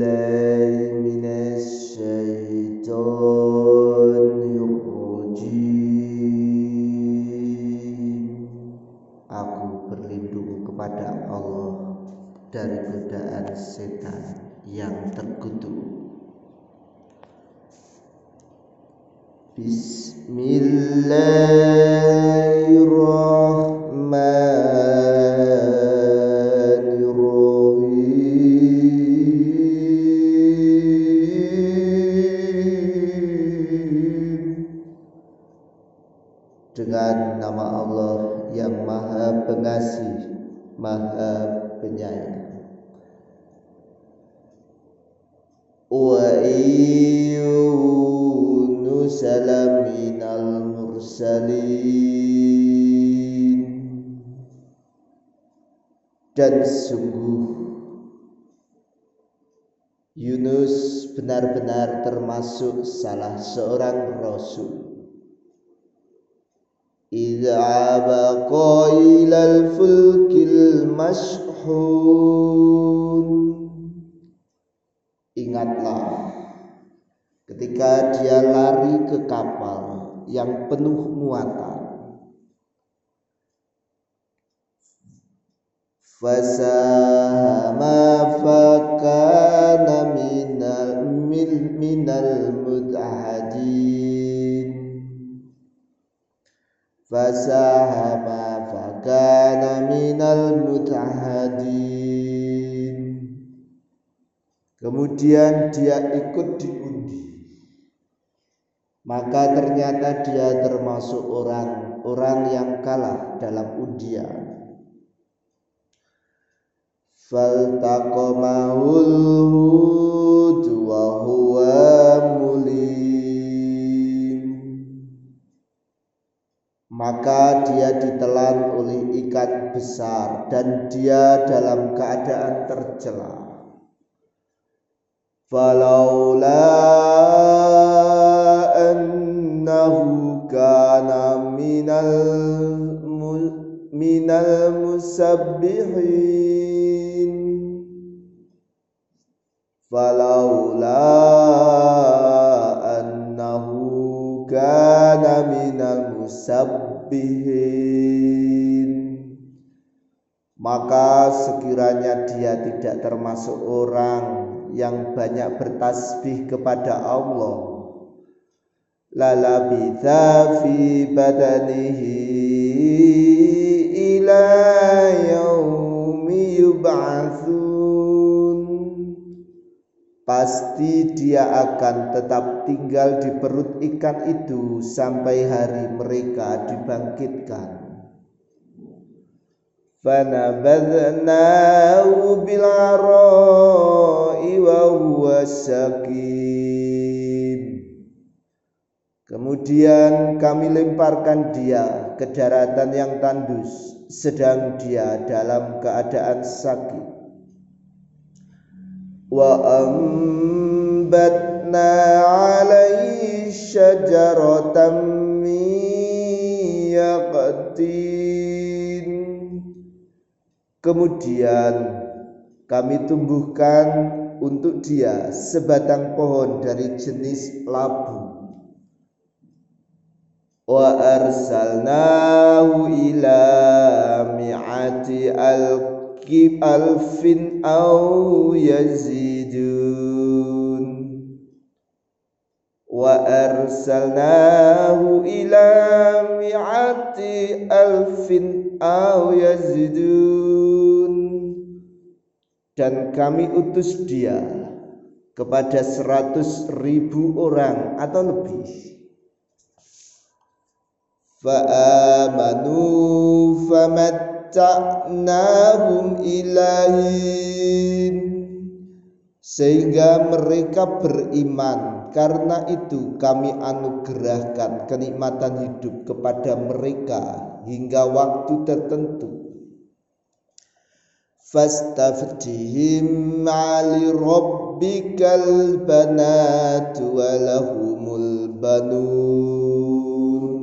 billahi minasyaitonir rajim. Aku berlindung kepada Allah dari godaan setan yang terkutuk. Bismillahirrahmanirrahim. Dengan nama Allah yang Maha Pengasih, Maha Penyayang. Wa Yunus minal mursalin. Dan sungguh Yunus benar-benar termasuk salah seorang rasul. Idza abaqa ilal fulkil mashhun. Ingatlah ketika dia lari ke kapal yang penuh muatan. Fasahama fakana minal mudhadin. Fasahama fakana minal mudhadin. Kemudian dia ikut diundi. Maka ternyata dia termasuk orang yang kalah dalam undian. Faltaqamahul hut wa huwa mulim. Maka dia ditelan oleh ikan besar dan dia dalam keadaan tercela. Falaula annahu kana minal musabbihin. Falaula annahu kana minal musabbihin. Maka sekiranya dia tidak termasuk orang yang banyak bertasbih kepada Allah, lalabitha fi badanihi ila yaumi yub'atsun. Pasti dia akan tetap tinggal di perut ikan itu sampai hari mereka dibangkitkan. Fanabadnahu bil'ara'i wa huwa saqim. Kemudian kami lemparkan dia ke daratan yang tandus sedang dia dalam keadaan sakit. Wa ambatna 'alaihi syajaratan min yaqtin. Kemudian kami tumbuhkan untuk dia sebatang pohon dari jenis labu. Wa arsalnahu ila mi'ati alfin aw yazidun. Wa arsalnahu ila mi'ati alfin aw yazidun. Dan kami utus dia kepada 100.000 orang atau lebih. Fa'amanu famatta'nahum ilahin. Sehingga mereka beriman. Karena itu kami anugerahkan kenikmatan hidup kepada mereka hingga waktu tertentu. Fastaftihim 'ali rabbikal banatu wa lahumul banun.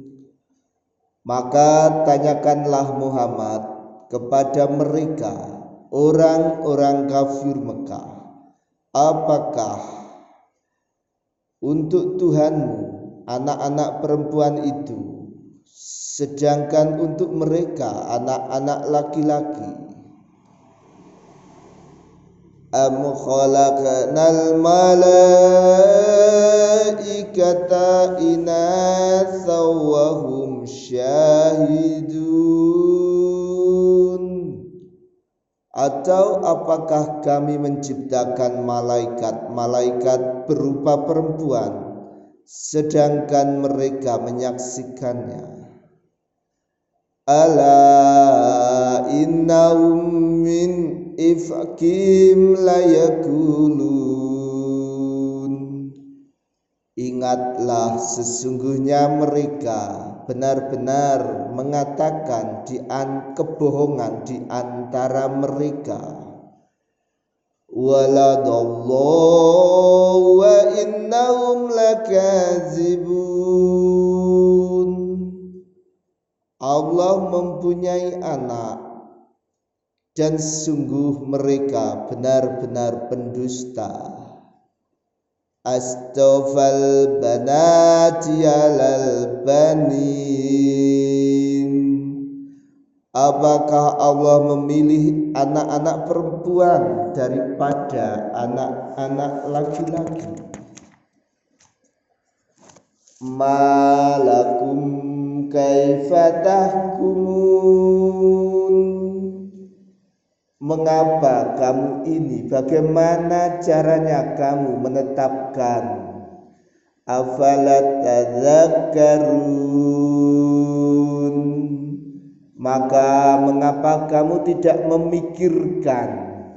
Maka tanyakanlah Muhammad kepada mereka orang-orang kafir Mekah, apakah untuk Tuhanmu anak-anak perempuan itu, sedangkan untuk mereka anak-anak laki-laki? Am khalaqnal malaikata inatha wa hum syahidun. Atau apakah kami menciptakan malaikat berupa perempuan, sedangkan mereka menyaksikannya? Ala innahum min ifkim layakulun. Ingatlah, sesungguhnya mereka benar-benar mengatakan kebohongan di antara mereka. Waladallahu wa innahum lakazibun. Allah mempunyai anak, dan sungguh mereka benar-benar pendusta. Astafal banati alal banin. Apakah Allah memilih anak-anak perempuan daripada anak-anak laki-laki? Malakum kaifa tahkumun. Mengapa kamu ini, bagaimana caranya kamu menetapkan? Afalat tadzakkarun. Maka mengapa kamu tidak memikirkan?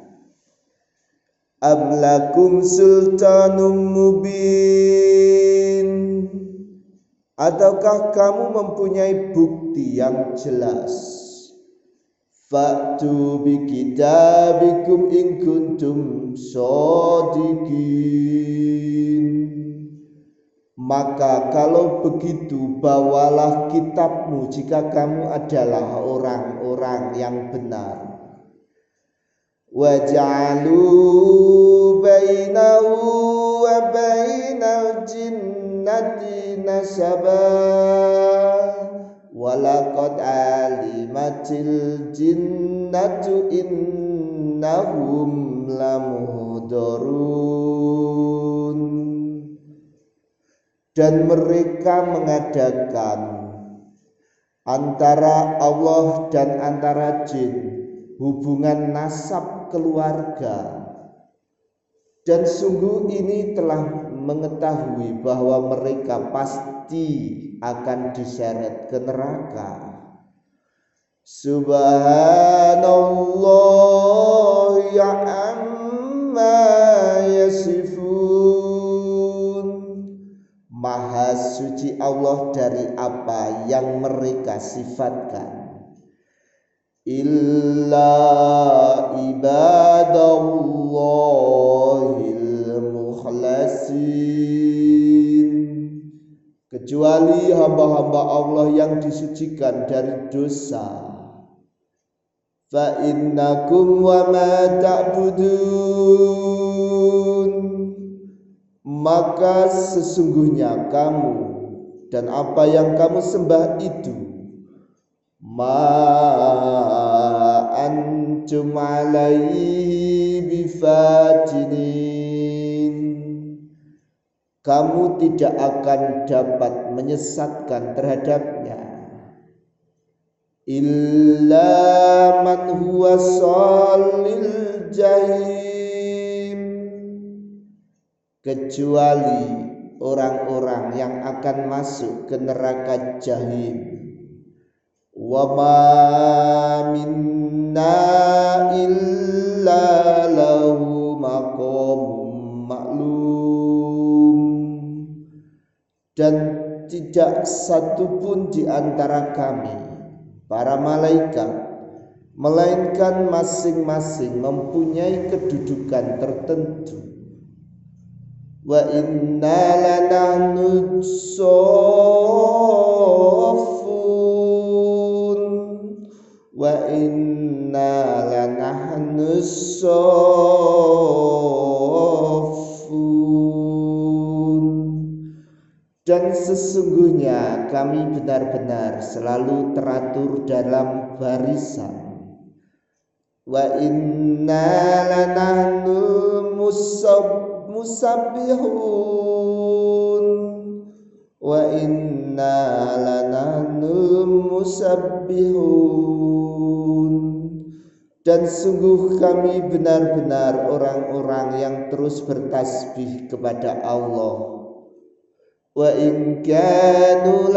Am lakum sultanum mubin. Ataukah kamu mempunyai bukti yang jelas? Fa'tu bi kitabikum in kuntum shadiqin. Maka kalau begitu, bawalah kitabmu jika kamu adalah orang-orang yang benar. Waj'alu bainahu wa bainal jinnati nasaba. Walaqad alimatil jinnatu innahum lamuhdharun. Dan mereka mengadakan antara Allah dan antara jin hubungan nasab keluarga, dan sungguh ini telah mengetahui bahwa mereka pasti akan diseret ke neraka. Subhanallah ya amma yasifun. Maha suci Allah dari apa yang mereka sifatkan. Illa ibadallahil mukhlasin. Kecuali hamba-hamba Allah yang disucikan dari dosa. Fa innakum wa ma ta'budun. Maka sesungguhnya kamu dan apa yang kamu sembah itu, ma antum alaihi bifatinin. Kamu tidak akan dapat menyesatkan terhadapnya. Illa man huwa shalil jahim. Kecuali orang-orang yang akan masuk ke neraka jahim. Wa ma minna illa lahu maqamun ma'lum. Dan tidak satupun di antara kami, para malaikat, melainkan masing-masing mempunyai kedudukan tertentu. Wa inna lanahnu saffun. Wa inna lanahnu saffun. Dan sesungguhnya kami benar-benar selalu teratur dalam barisan. Wa inna lanahnu musabbihun wa inna lanahnu musabbihun. Dan sungguh kami benar-benar orang-orang yang terus bertasbih kepada Allah. Wa in kanu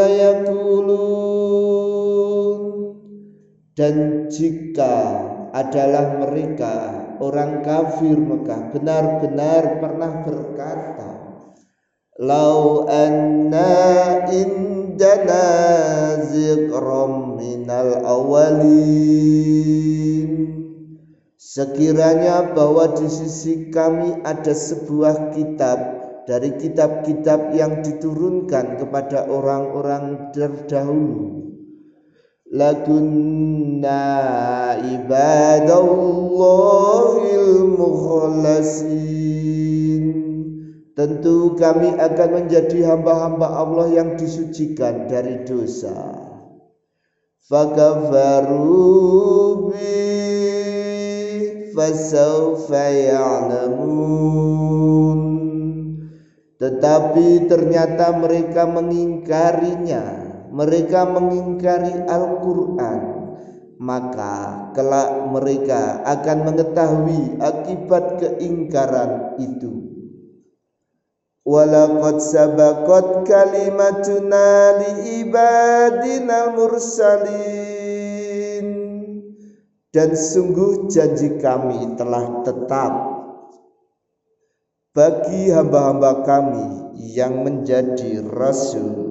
layaqulun, dan jika adalah mereka orang kafir Mekah benar-benar pernah berkata, lau anna indana zikram minal awalin, sekiranya bahwa di sisi kami ada sebuah kitab dari kitab-kitab yang diturunkan kepada orang-orang terdahulu, lakunna ibadallahil mukhlasin, tentu kami akan menjadi hamba-hamba Allah yang disucikan dari dosa. Fakafaru bi fasawfa ya'lamun, tetapi ternyata mereka mengingkarinya, mereka mengingkari Al-Quran, maka kelak mereka akan mengetahui akibat keingkaran itu. Walaqad sabaqat kalimatuna liibadinal mursalin, dan sungguh janji kami telah tetap bagi hamba-hamba kami yang menjadi rasul.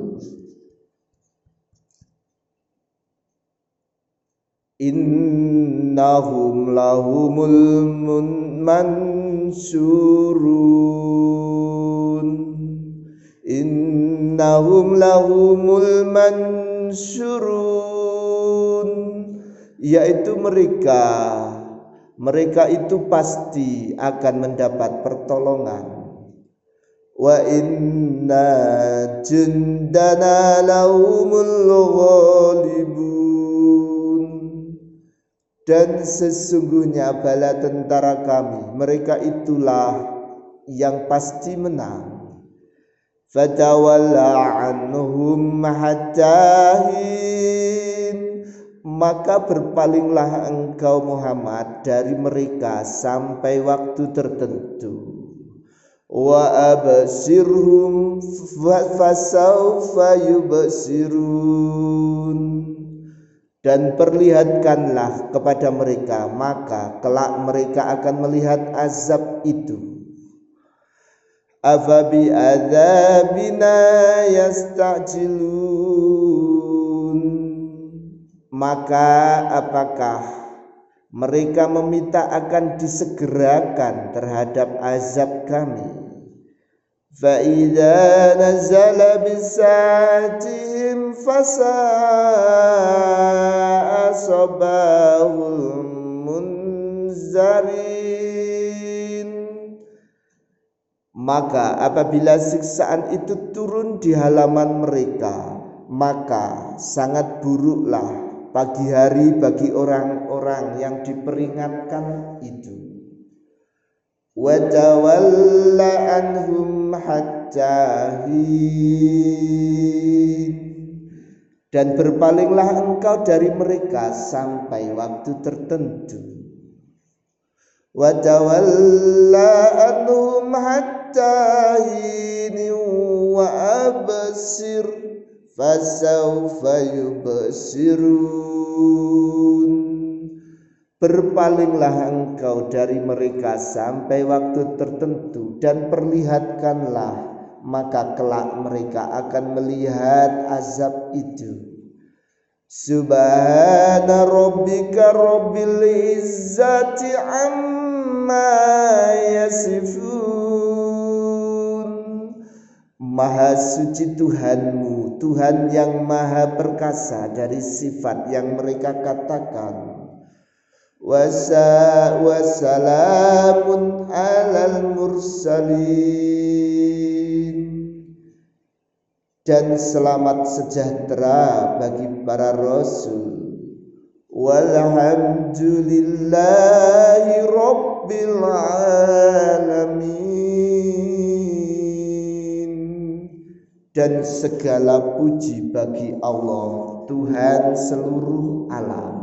Innahum lahumul mansurun, innahum lahumul mansurun, yaitu mereka itu pasti akan mendapat pertolongan. Wa inna jundana lahumul ghalibun, dan sesungguhnya bala tentara kami, mereka itulah yang pasti menang. Fatawalla anhum hatta hin, maka berpalinglah engkau Muhammad dari mereka sampai waktu tertentu. Wa absirhum fasawfa yubsirun, dan perlihatkanlah kepada mereka, maka kelak mereka akan melihat azab itu. Afabi adzabina yasta'jilun, maka apakah mereka meminta akan disegerakan terhadap azab kami? Fa idza nazala bisatihim fasa'a sabahul munzarin, maka apabila siksaan itu turun di halaman mereka, maka sangat buruklah pagi hari bagi orang-orang yang diperingatkan itu. Wa tawalla anhum hatta hin, dan berpalinglah engkau dari mereka sampai waktu tertentu. Wa tawalla anhum hatta hin wa absir fasawfa yubsirun, berpalinglah engkau dari mereka sampai waktu tertentu dan perlihatkanlah, maka kelak mereka akan melihat azab itu. Subhana rabbika rabbil izzati amma yasifun, maha suci Tuhanmu, Tuhan yang maha perkasa dari sifat yang mereka katakan. Wassalamun alal mursalin, dan selamat sejahtera bagi para rasul. Walhamdulillahi rabbil alamin. Dan segala puji bagi Allah, Tuhan seluruh alam.